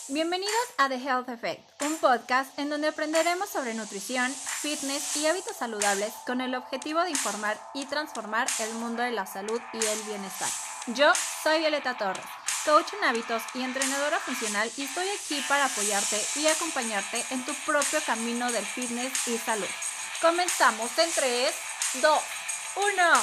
Bienvenidos a The Health Effect, un podcast en donde aprenderemos sobre nutrición, fitness y hábitos saludables con el objetivo de informar y transformar el mundo de la salud y el bienestar. Yo soy Violeta Torres, coach en hábitos y entrenadora funcional, y estoy aquí para apoyarte y acompañarte en tu propio camino del fitness y salud. Comenzamos en 3, 2, 1.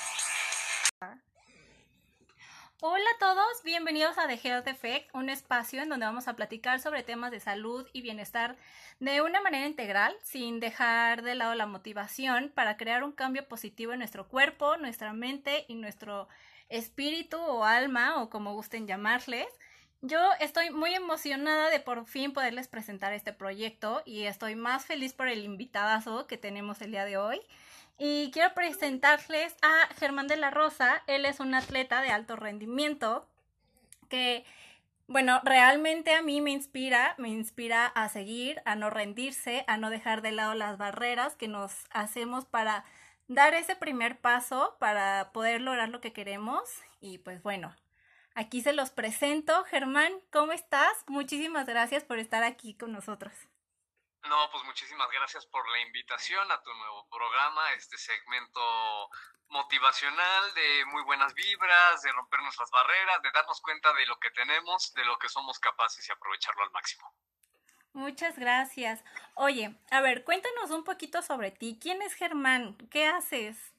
Hola a todos, bienvenidos a The Health Effect, un espacio en donde vamos a platicar sobre temas de salud y bienestar de una manera integral, sin dejar de lado la motivación para crear un cambio positivo en nuestro cuerpo, nuestra mente y nuestro espíritu o alma, o como gusten llamarles. Yo estoy muy emocionada de por fin poderles presentar este proyecto y estoy más feliz por el invitadazo que tenemos el día de hoy. Y quiero presentarles a Germán de la Rosa. Él es un atleta de alto rendimiento que, bueno, realmente a mí me inspira a seguir, a no rendirse, a no dejar de lado las barreras que nos hacemos para dar ese primer paso para poder lograr lo que queremos. Y pues bueno, aquí se los presento. Germán, ¿cómo estás? Muchísimas gracias por estar aquí con nosotros. No, pues muchísimas gracias por la invitación a tu nuevo programa, este segmento motivacional de muy buenas vibras, de romper nuestras barreras, de darnos cuenta de lo que tenemos, de lo que somos capaces y aprovecharlo al máximo. Muchas gracias. Oye, a ver, cuéntanos un poquito sobre ti. ¿Quién es Germán? ¿Qué haces?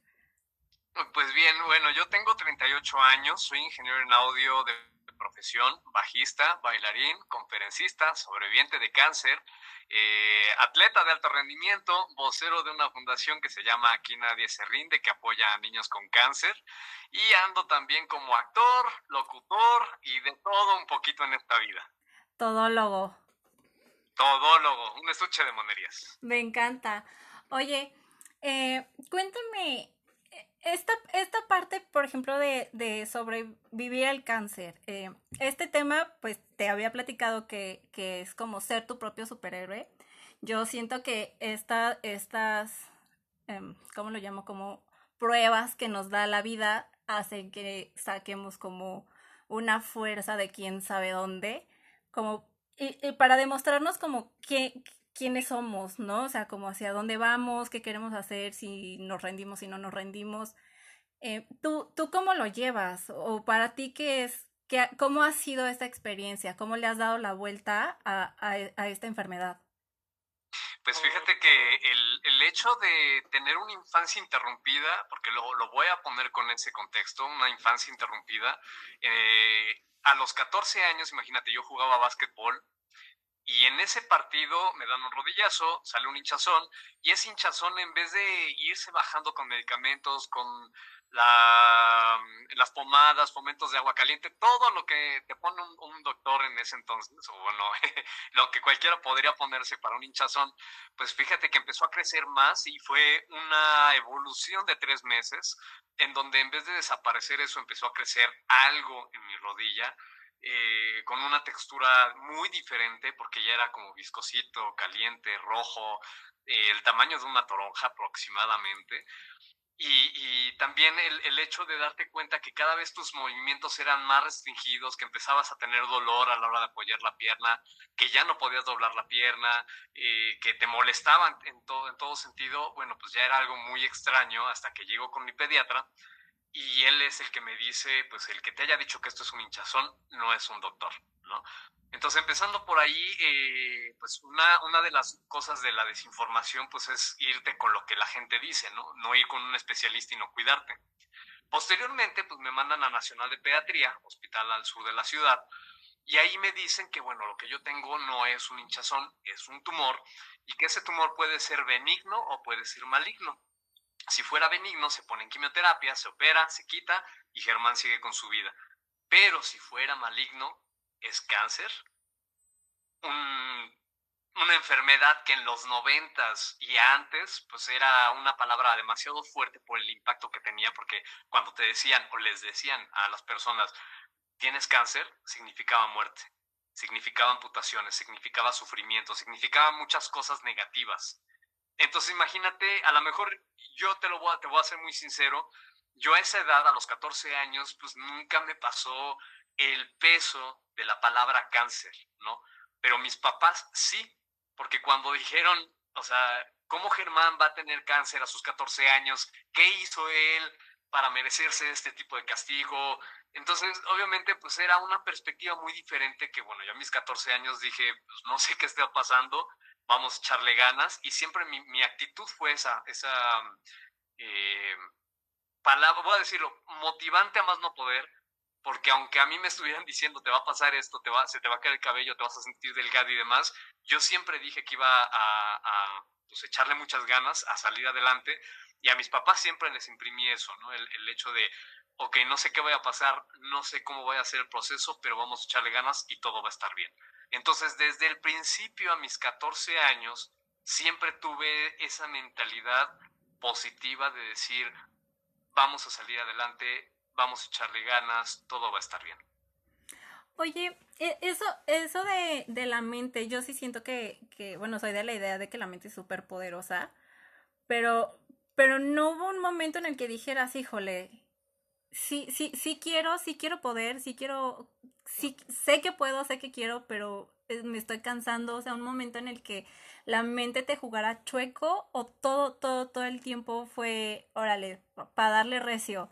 Pues bien, bueno, yo tengo 38 años, soy ingeniero en audio de profesión, bajista, bailarín, conferencista, sobreviviente de cáncer, atleta de alto rendimiento, vocero de una fundación que se llama Aquí Nadie Se Rinde, que apoya a niños con cáncer, y ando también como actor, locutor y de todo un poquito en esta vida. Todólogo. Todólogo, un estuche de monerías. Me encanta. Oye, cuéntame, esta parte, por ejemplo, de sobrevivir al cáncer. Este tema, pues te había platicado que es como ser tu propio superhéroe. Yo siento que estas, ¿cómo lo llamo? Como pruebas que nos da la vida hacen que saquemos como una fuerza de quién sabe dónde, como y para demostrarnos como quiénes somos, ¿no? O sea, como hacia dónde vamos, qué queremos hacer, si nos rendimos, si no nos rendimos. ¿Tú cómo lo llevas? O para ti, ¿cómo ha sido esta experiencia? ¿Cómo le has dado la vuelta a esta enfermedad? Pues fíjate que el hecho de tener una infancia interrumpida, porque lo voy a poner con ese contexto, una infancia interrumpida, a los 14 años, imagínate, yo jugaba básquetbol y en ese partido me dan un rodillazo, sale un hinchazón, y ese hinchazón, en vez de irse bajando con medicamentos, con las pomadas, fomentos de agua caliente, todo lo que te pone un doctor en ese entonces, o bueno, lo que cualquiera podría ponerse para un hinchazón, pues fíjate que empezó a crecer más y fue una evolución de 3 meses, en donde en vez de desaparecer eso, empezó a crecer algo en mi rodilla, con una textura muy diferente, porque ya era como viscosito, caliente, rojo, el tamaño de una toronja aproximadamente. Y también el hecho de darte cuenta que cada vez tus movimientos eran más restringidos, que empezabas a tener dolor a la hora de apoyar la pierna, que ya no podías doblar la pierna, que te molestaban en todo sentido, bueno, pues ya era algo muy extraño hasta que llego con mi pediatra y él es el que me dice, pues el que te haya dicho que esto es un hinchazón no es un doctor, ¿no? Entonces, empezando por ahí, pues una de las cosas de la desinformación, pues es irte con lo que la gente dice, ¿no? No ir con un especialista y no cuidarte. Posteriormente, pues me mandan a Nacional de Pediatría, hospital al sur de la ciudad, y ahí me dicen que, bueno, lo que yo tengo no es un hinchazón, es un tumor, y que ese tumor puede ser benigno o puede ser maligno. Si fuera benigno, se pone en quimioterapia, se opera, se quita y Germán sigue con su vida. Pero si fuera maligno, es cáncer, un, una enfermedad que en los 90s y antes, pues era una palabra demasiado fuerte por el impacto que tenía, porque cuando te decían o les decían a las personas, tienes cáncer, significaba muerte, significaba amputaciones, significaba sufrimiento, significaba muchas cosas negativas. Entonces imagínate, a lo mejor yo te voy a ser muy sincero, yo a esa edad, a los 14 años, pues nunca me pasó el peso de la palabra cáncer, ¿no? pero mis papás sí, porque cuando dijeron, o sea, ¿cómo Germán va a tener cáncer a sus 14 años? ¿Qué hizo él para merecerse este tipo de castigo? Entonces, obviamente, pues era una perspectiva muy diferente que, bueno, yo a mis 14 años dije, pues no sé qué está pasando, vamos a echarle ganas, y siempre mi actitud fue esa eh, palabra, voy a decirlo, motivante a más no poder, porque aunque a mí me estuvieran diciendo te va a pasar esto, se te va a caer el cabello, te vas a sentir delgado y demás, yo siempre dije que iba a pues, echarle muchas ganas a salir adelante, y a mis papás siempre les imprimí eso, ¿no? El hecho de, ok, no sé qué vaya a pasar, no sé cómo vaya a ser el proceso, pero vamos a echarle ganas y todo va a estar bien. Entonces, desde el principio, a mis 14 años, siempre tuve esa mentalidad positiva de decir, vamos a salir adelante, vamos a echarle ganas, todo va a estar bien. Oye, eso de la mente, yo sí siento bueno, soy de la idea de que la mente es súper poderosa, pero, pero no hubo un momento en el que dijeras, híjole, sí quiero poder, sí, sé que puedo, sé que quiero, pero me estoy cansando, o sea, un momento en el que la mente te jugara chueco o todo el tiempo fue, órale, para darle recio.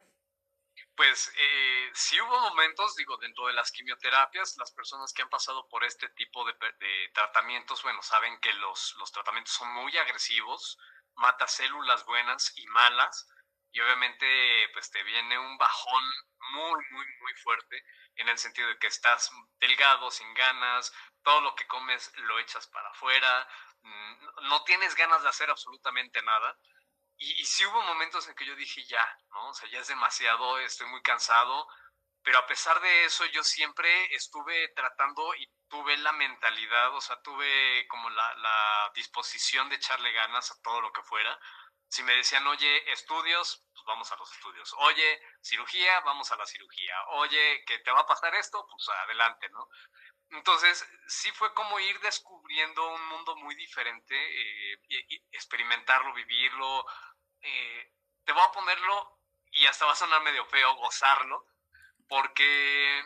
Pues sí hubo momentos, digo, dentro de las quimioterapias, las personas que han pasado por este tipo de tratamientos, bueno, saben que los tratamientos son muy agresivos, mata células buenas y malas, y obviamente pues te viene un bajón muy fuerte, en el sentido de que estás delgado, sin ganas, todo lo que comes lo echas para afuera, no tienes ganas de hacer absolutamente nada. Y sí hubo momentos en que yo dije ya, ¿no? O sea, ya es demasiado, estoy muy cansado, pero a pesar de eso yo siempre estuve tratando y tuve la mentalidad, o sea, tuve como la disposición de echarle ganas a todo lo que fuera. Si me decían, oye, estudios, pues vamos a los estudios. Oye, cirugía, vamos a la cirugía. Oye, que te va a pasar esto, pues adelante, ¿no? Entonces, sí fue como ir descubriendo un mundo muy diferente, y experimentarlo, vivirlo. eh, Te voy a ponerlo, y hasta va a sonar medio feo, gozarlo, porque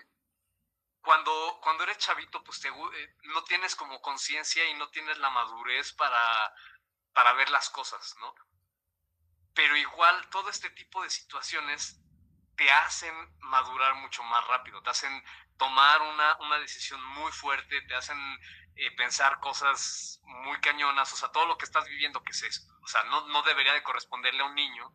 cuando eres chavito, pues no tienes como conciencia y no tienes la madurez para ver las cosas, ¿no? Pero igual todo este tipo de situaciones te hacen madurar mucho más rápido, te hacen tomar una decisión muy fuerte, te hacen pensar cosas muy cañonas, o sea, todo lo que estás viviendo, que es, o sea, no debería de corresponderle a un niño,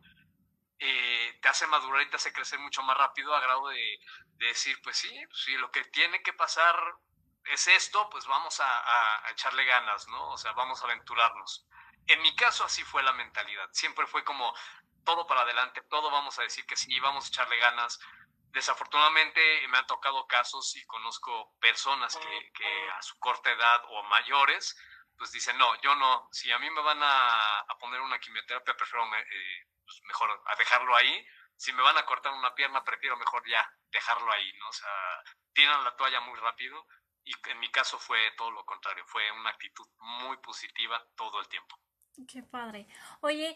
te hace madurar y te hace crecer mucho más rápido, a grado de decir, pues sí, lo que tiene que pasar es esto, pues vamos a echarle ganas, ¿no? O sea, vamos a aventurarnos. En mi caso así fue la mentalidad, siempre fue como todo para adelante, todo vamos a decir que sí, vamos a echarle ganas. Desafortunadamente me han tocado casos y conozco personas que a su corta edad o mayores, pues dicen, no, yo no, si a mí me van a poner una quimioterapia, prefiero pues mejor a dejarlo ahí. Si me van a cortar una pierna, prefiero mejor ya dejarlo ahí, ¿no? O sea, tiran la toalla muy rápido, y en mi caso fue todo lo contrario, fue una actitud muy positiva todo el tiempo. Qué padre. Oye,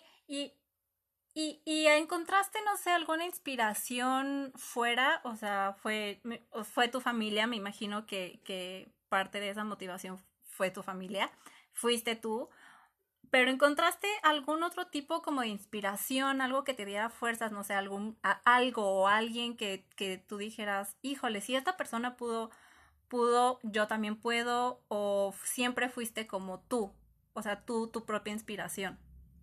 y encontraste, no sé, alguna inspiración fuera? O sea, fue tu familia, me imagino que parte de esa motivación fue tu familia, fuiste tú, pero ¿encontraste algún otro tipo como de inspiración, algo que te diera fuerzas, no sé, algo o alguien que tú dijeras, híjole, si esta persona pudo, yo también puedo, o siempre fuiste como tú, o sea, tú, tu propia inspiración?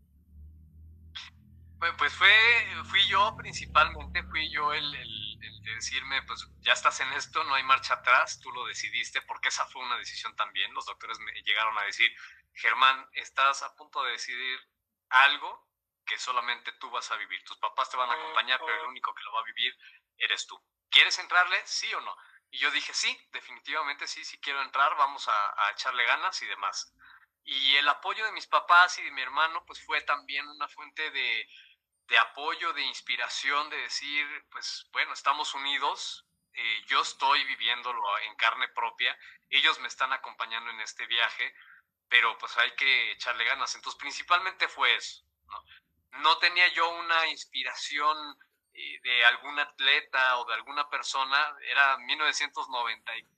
Pues fui yo principalmente, fui yo el de decirme, pues ya estás en esto, no hay marcha atrás, tú lo decidiste, porque esa fue una decisión también. Los doctores me llegaron a decir, Germán, estás a punto de decidir algo que solamente tú vas a vivir. Tus papás te van a acompañar, pero el único que lo va a vivir eres tú. ¿Quieres entrarle? ¿Sí o no? Y yo dije, sí, definitivamente sí, sí quiero entrar, vamos a echarle ganas y demás. Y el apoyo de mis papás y de mi hermano, pues fue también una fuente de apoyo, de inspiración, de decir, pues bueno, estamos unidos, yo estoy viviéndolo en carne propia, ellos me están acompañando en este viaje, pero pues hay que echarle ganas. Entonces, principalmente fue eso, ¿no? No tenía yo una inspiración de algún atleta o de alguna persona, era 1994,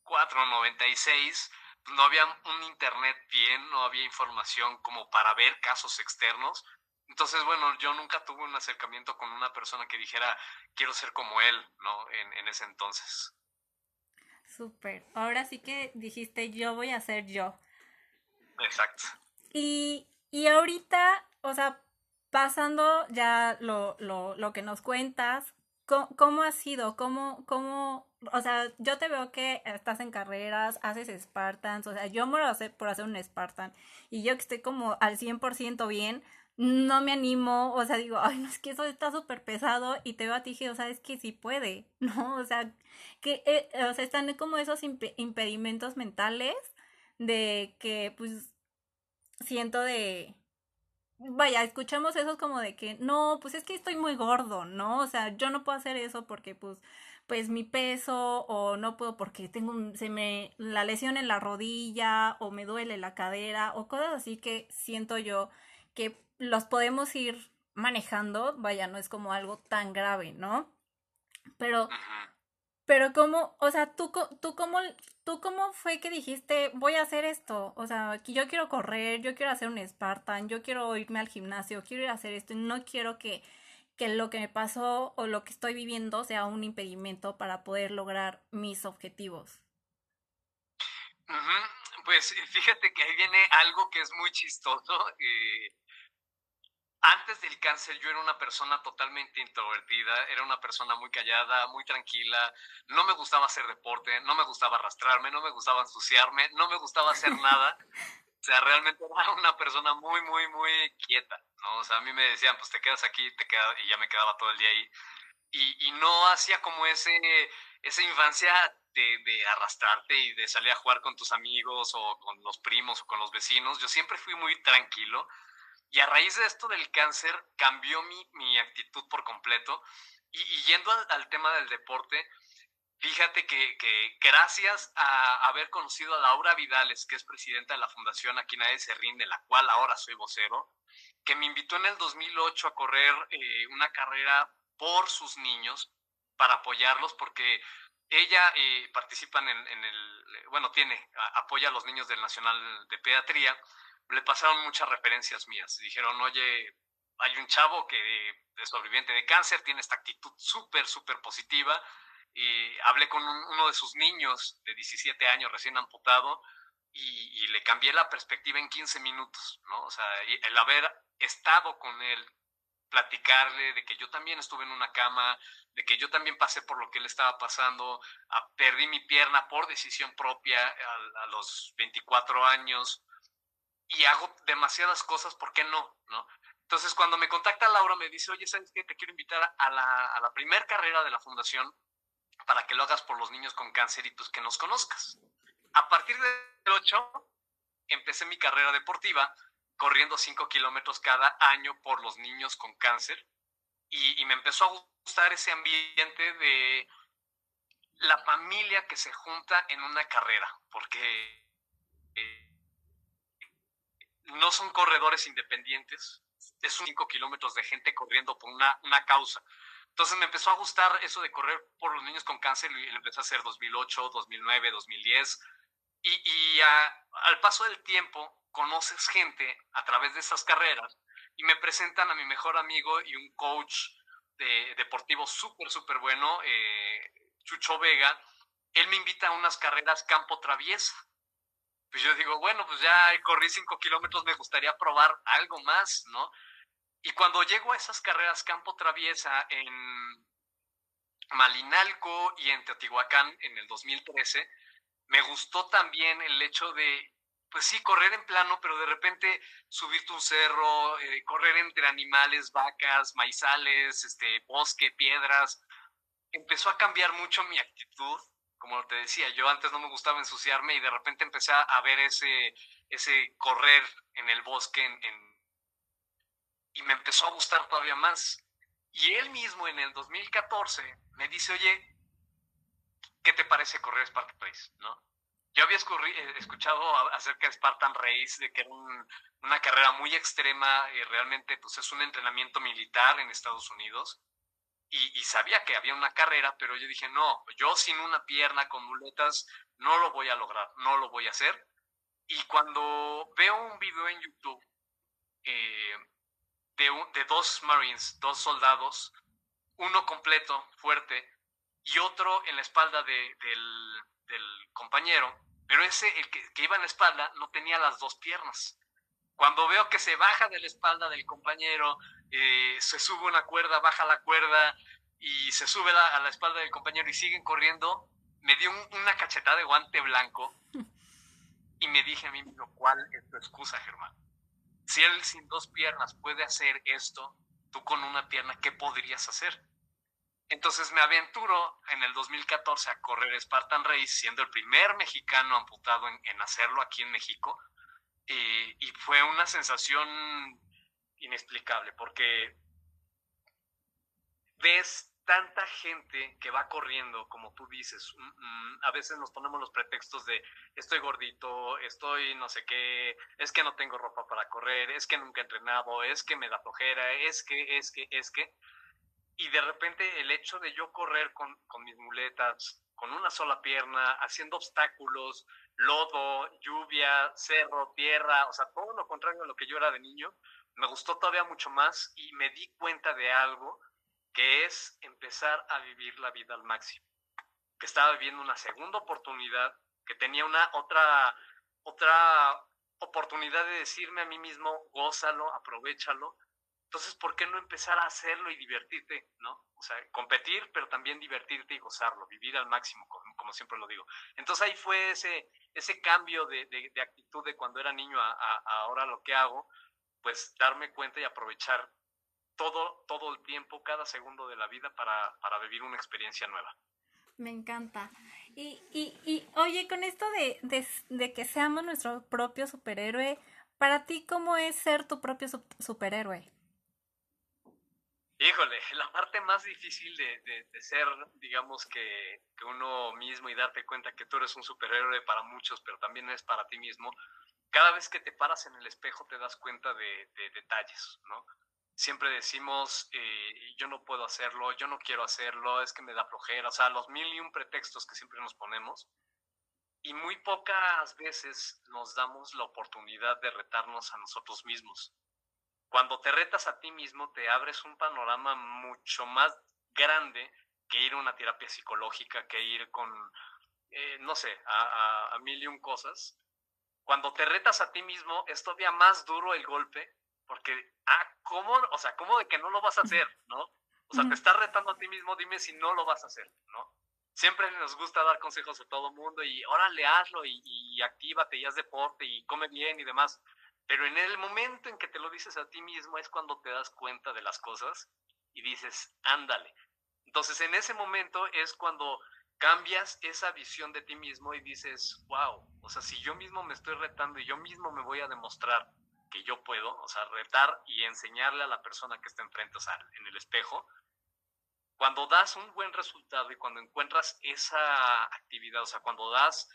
94, 96, no había un internet bien, no había información como para ver casos externos. Entonces, bueno, yo nunca tuve un acercamiento con una persona que dijera, quiero ser como él, ¿no? En ese entonces. Súper. Ahora sí que dijiste yo voy a ser yo. Exacto. Y ahorita, o sea, pasando ya lo que nos cuentas, ¿cómo ha sido? O sea, yo te veo que estás en carreras, haces Spartans, o sea, yo muero por hacer un Spartan y yo que estoy como al 100% bien, no me animo, o sea, digo, ay, no, es que eso está súper pesado y te veo a ti y o sea, es que sí puede, ¿no? O sea, o sea, están como esos impedimentos mentales de que, pues, siento de, vaya, escuchamos eso como de que, no, pues es que estoy muy gordo, ¿no? O sea, yo no puedo hacer eso porque, pues mi peso, o no puedo porque la lesión en la rodilla, o me duele la cadera, o cosas así que siento yo que los podemos ir manejando, vaya, no es como algo tan grave, ¿no? Pero Ujú. pero cómo, o sea, tú cómo fue que dijiste, voy a hacer esto, o sea, que yo quiero correr, yo quiero hacer un Spartan, yo quiero irme al gimnasio, quiero ir a hacer esto, y no quiero que lo que me pasó o lo que estoy viviendo sea un impedimento para poder lograr mis objetivos. Ujú. Pues fíjate que ahí viene algo que es muy chistoso. Antes del cáncer yo era una persona totalmente introvertida, era una persona muy callada, muy tranquila, no me gustaba hacer deporte, no me gustaba arrastrarme, no me gustaba ensuciarme, no me gustaba hacer nada. O sea, realmente era una persona muy, muy, muy quieta, ¿no? O sea, a mí me decían, pues te quedas aquí, y ya me quedaba todo el día ahí. Y no hacía como esa infancia de arrastrarte y de salir a jugar con tus amigos o con los primos o con los vecinos. Yo siempre fui muy tranquilo y a raíz de esto del cáncer cambió mi actitud por completo. Y yendo al tema del deporte, fíjate que gracias a haber conocido a Laura Vidales, que es presidenta de la Fundación Aquí Nadie Se Rinde, la cual ahora soy vocero, que me invitó en el 2008 a correr una carrera por sus niños, para apoyarlos, porque ella participa bueno, apoya a los niños del Nacional de Pediatría. Le pasaron muchas referencias mías. Dijeron, oye, hay un chavo que es sobreviviente de cáncer, tiene esta actitud súper, súper positiva. Y hablé con uno de sus niños de 17 años recién amputado y le cambié la perspectiva en 15 minutos, ¿no? O sea, el haber estado con él, platicarle de que yo también estuve en una cama, de que yo también pasé por lo que él estaba pasando, perdí mi pierna por decisión propia a los 24 años y hago demasiadas cosas, ¿por qué no? ¿No? Entonces, cuando me contacta Laura, me dice, oye, ¿sabes qué? Te quiero invitar a la primer carrera de la fundación para que lo hagas por los niños con cáncer y pues que nos conozcas. A partir del 8 empecé mi carrera deportiva corriendo 5 kilómetros cada año por los niños con cáncer y me empezó a gustar ese ambiente de la familia que se junta en una carrera, porque no son corredores independientes, es 5 kilómetros de gente corriendo por una causa. Entonces me empezó a gustar eso de correr por los niños con cáncer y lo empecé a hacer 2008, 2009, 2010. Al paso del tiempo conoces gente a través de esas carreras y me presentan a mi mejor amigo y un coach deportivo súper, súper bueno, Chucho Vega. Él me invita a unas carreras campo traviesa. Pues yo digo, bueno, pues ya corrí 5 kilómetros, me gustaría probar algo más, ¿no? Y cuando llego a esas carreras campo traviesa en Malinalco y en Teotihuacán en el 2013, me gustó también el hecho de, pues sí, correr en plano, pero de repente subirte un cerro, correr entre animales, vacas, maizales, bosque, piedras. Empezó a cambiar mucho mi actitud. Como te decía, yo antes no me gustaba ensuciarme y de repente empecé a ver ese correr en el bosque y me empezó a gustar todavía más. Y él mismo en el 2014 me dice, oye, ¿qué te parece correr Spartan Race? ¿No? Yo había escuchado acerca de Spartan Race, de que era una carrera muy extrema, realmente pues es un entrenamiento militar en Estados Unidos. y sabía que había una carrera, pero yo dije, no, yo sin una pierna, con muletas, no lo voy a lograr, no lo voy a hacer. Y cuando veo un video en YouTube eh, de dos Marines, dos soldados, uno completo, fuerte, y otro en la espalda del compañero, pero ese, el que iba en la espalda, no tenía las dos piernas. Cuando veo que se baja de la espalda del compañero, se sube una cuerda, baja la cuerda y se sube a la espalda del compañero y siguen corriendo, me dio una cachetada de guante blanco y me dije a mí mismo, ¿cuál es tu excusa, Germán? Si él sin dos piernas puede hacer esto, tú con una pierna, ¿qué podrías hacer? Entonces me aventuro en el 2014 a correr Spartan Race, siendo el primer mexicano amputado en hacerlo aquí en México. Y fue una sensación inexplicable, porque ves tanta gente que va corriendo, como tú dices, a veces nos ponemos los pretextos de estoy gordito, estoy no sé qué, es que no tengo ropa para correr, es que nunca he entrenado, es que me da flojera, es que, y de repente el hecho de yo correr con mis muletas, con una sola pierna, haciendo obstáculos, lodo, lluvia, cerro, tierra, o sea, todo lo contrario a lo que yo era de niño, me gustó todavía mucho más y me di cuenta de algo que es empezar a vivir la vida al máximo, que estaba viviendo una segunda oportunidad, que tenía una otra oportunidad de decirme a mí mismo, gózalo, aprovechalo. Entonces, ¿por qué no empezar a hacerlo y divertirte, no? O sea, competir, pero también divertirte y gozarlo, vivir al máximo, como siempre lo digo. Entonces ahí fue ese cambio de actitud de cuando era niño a ahora lo que hago, pues darme cuenta y aprovechar todo el tiempo, cada segundo de la vida para vivir una experiencia nueva. Me encanta. Y oye, con esto de que seamos nuestro propio superhéroe, para ti, ¿cómo es ser tu propio superhéroe? Híjole, la parte más difícil de ser, digamos que uno mismo y darte cuenta que tú eres un superhéroe para muchos, pero también es para ti mismo, cada vez que te paras en el espejo te das cuenta de detalles, ¿no? Siempre decimos, yo no puedo hacerlo, yo no quiero hacerlo, es que me da flojera, o sea, los mil y un pretextos que siempre nos ponemos, y muy pocas veces nos damos la oportunidad de retarnos a nosotros mismos. Cuando te retas a ti mismo, te abres un panorama mucho más grande que ir a una terapia psicológica, que ir con, no sé, a mil y un cosas. Cuando te retas a ti mismo, es todavía más duro el golpe, porque, ¿cómo? O sea, ¿cómo de que no lo vas a hacer, no? O sea, te estás retando a ti mismo, dime si no lo vas a hacer, ¿no? Siempre nos gusta dar consejos a todo mundo y órale, hazlo y actívate y haz deporte y come bien y demás. Pero en el momento en que te lo dices a ti mismo es cuando te das cuenta de las cosas y dices, ándale. Entonces en ese momento es cuando cambias esa visión de ti mismo y dices, wow, o sea, si yo mismo me estoy retando y yo mismo me voy a demostrar que yo puedo, o sea, retar y enseñarle a la persona que está enfrente, o sea, en el espejo, cuando das un buen resultado y cuando encuentras esa actividad, o sea, cuando das,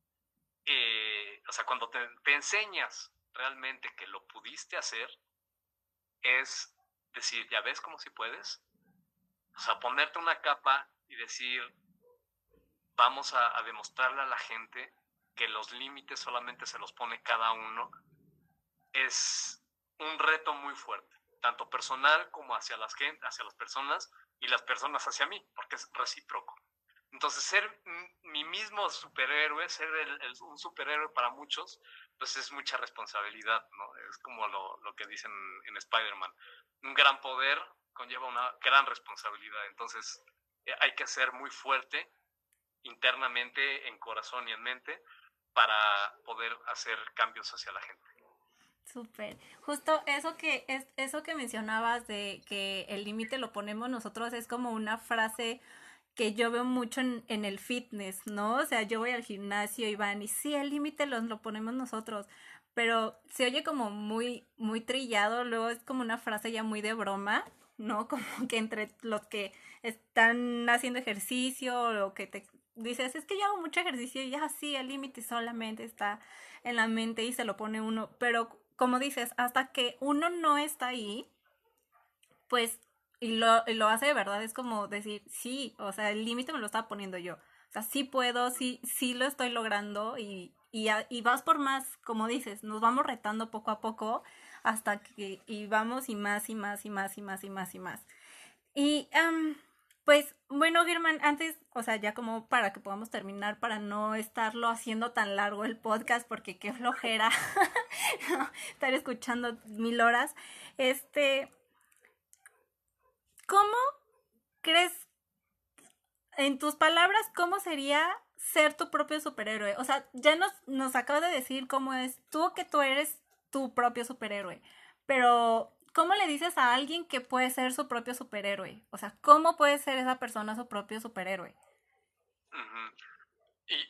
o sea, cuando te enseñas realmente que lo pudiste hacer, es decir, ya ves cómo si puedes, o sea, ponerte una capa y decir, vamos a demostrarle a la gente que los límites solamente se los pone cada uno, es un reto muy fuerte, tanto personal como hacia hacia las personas y las personas hacia mí, porque es recíproco. Entonces, ser mi mismo superhéroe, ser un superhéroe para muchos, pues es mucha responsabilidad, ¿no? Es como lo que dicen en Spider-Man. Un gran poder conlleva una gran responsabilidad. Entonces, hay que ser muy fuerte internamente, en corazón y en mente, para poder hacer cambios hacia la gente. Súper. Justo eso que mencionabas de que el límite lo ponemos nosotros es como una frase que yo veo mucho en el fitness, ¿no? O sea, yo voy al gimnasio y van y sí, el límite lo ponemos nosotros, pero se oye como muy trillado, luego es como una frase ya muy de broma, ¿no? Como que entre los que están haciendo ejercicio o que te dices, es que yo hago mucho ejercicio y ya sí, el límite solamente está en la mente y se lo pone uno, pero como dices, hasta que uno no está ahí, pues y lo hace de verdad, es como decir, sí, o sea, el límite me lo estaba poniendo yo. O sea, sí puedo, sí, sí lo estoy logrando y vas por más, como dices, nos vamos retando poco a poco hasta que y vamos y más y más y más y más y más y más. Y pues bueno, Germán, antes, o sea, ya como para que podamos terminar, para no estarlo haciendo tan largo el podcast, porque qué flojera estar escuchando 1000 horas, este, ¿cómo crees, en tus palabras, cómo sería ser tu propio superhéroe? O sea, ya nos acabas de decir cómo es tú que tú eres tu propio superhéroe, pero ¿cómo le dices a alguien que puede ser su propio superhéroe? O sea, ¿cómo puede ser esa persona su propio superhéroe? Ujú. Y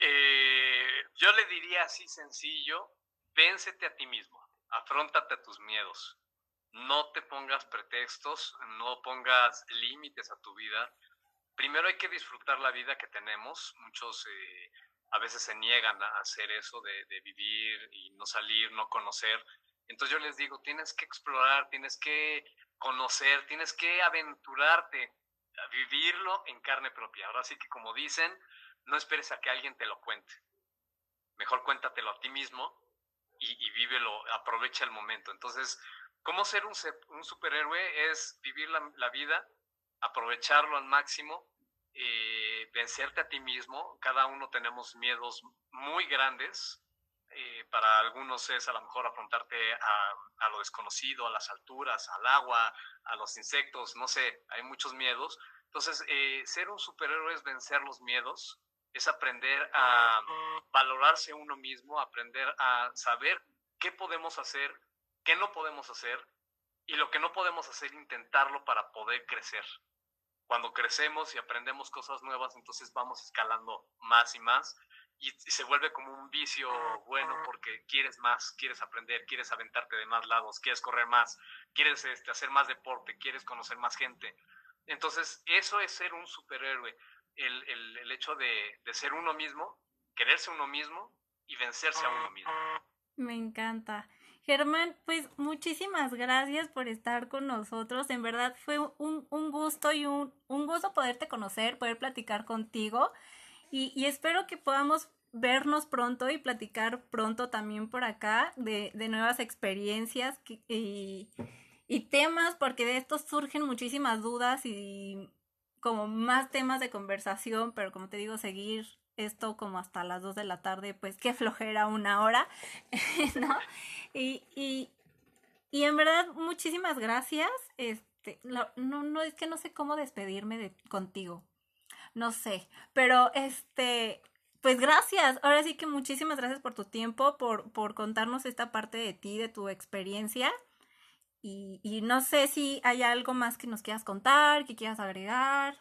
yo le diría así sencillo, véncete a ti mismo, afróntate a tus miedos, no te pongas pretextos, no pongas límites a tu vida. Primero hay que disfrutar la vida que tenemos. Muchos a veces se niegan a hacer eso de vivir y no salir, no conocer. Entonces yo les digo, tienes que explorar, tienes que conocer, tienes que aventurarte, a vivirlo en carne propia. Ahora sí que como dicen, no esperes a que alguien te lo cuente. Mejor cuéntatelo a ti mismo y vívelo, aprovecha el momento. Entonces, ¿cómo ser un superhéroe? Es vivir la vida, aprovecharlo al máximo, vencerte a ti mismo. Cada uno tenemos miedos muy grandes. Para algunos es a lo mejor afrontarte a lo desconocido, a las alturas, al agua, a los insectos, no sé, hay muchos miedos. Entonces, ser un superhéroe es vencer los miedos, es aprender a valorarse uno mismo, aprender a saber qué podemos hacer, qué no podemos hacer y lo que no podemos hacer, intentarlo para poder crecer. Cuando crecemos y aprendemos cosas nuevas, entonces vamos escalando más y más y se vuelve como un vicio bueno porque quieres más, quieres aprender, quieres aventarte de más lados, quieres correr más, quieres hacer más deporte, quieres conocer más gente. Entonces, eso es ser un superhéroe, el hecho de ser uno mismo, quererse uno mismo y vencerse a uno mismo. Me encanta. Germán, pues muchísimas gracias por estar con nosotros. En verdad fue un gusto y un gusto poderte conocer, poder platicar contigo. Y espero que podamos vernos pronto y platicar pronto también por acá de nuevas experiencias y temas, porque de estos surgen muchísimas dudas y como más temas de conversación, pero como te digo, seguir esto como hasta las 2 de la tarde, pues qué flojera 1 hora, ¿no? Y, y, y en verdad, muchísimas gracias. No, es que no sé cómo despedirme contigo. No sé, pero pues gracias. Ahora sí que muchísimas gracias por tu tiempo, por contarnos esta parte de ti, de tu experiencia. Y no sé si hay algo más que nos quieras contar, que quieras agregar.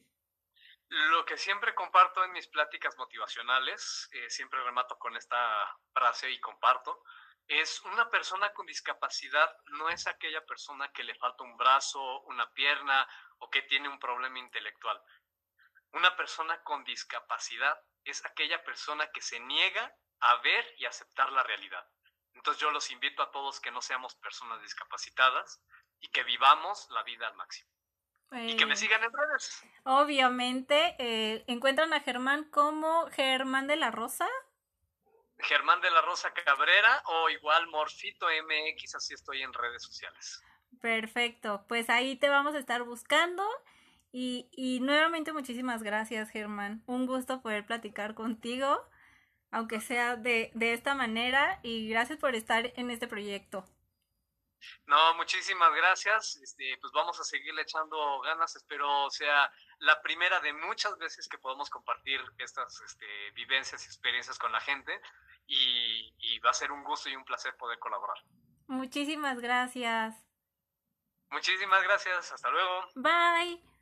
Lo que siempre comparto en mis pláticas motivacionales, siempre remato con esta frase y comparto, es una persona con discapacidad no es aquella persona que le falta un brazo, una pierna o que tiene un problema intelectual. Una persona con discapacidad es aquella persona que se niega a ver y aceptar la realidad. Entonces yo los invito a todos que no seamos personas discapacitadas y que vivamos la vida al máximo. Y que me sigan en redes. Obviamente, encuentran a Germán como Germán de la Rosa. Germán de la Rosa Cabrera o igual Morfito MX, así estoy en redes sociales. Perfecto, pues ahí te vamos a estar buscando y nuevamente muchísimas gracias, Germán. Un gusto poder platicar contigo, aunque sea de esta manera, y gracias por estar en este proyecto. No, muchísimas gracias. Pues vamos a seguirle echando ganas. Espero sea la primera de muchas veces que podamos compartir estas vivencias y experiencias con la gente. Y va a ser un gusto y un placer poder colaborar. Muchísimas gracias. Muchísimas gracias. Hasta luego. Bye.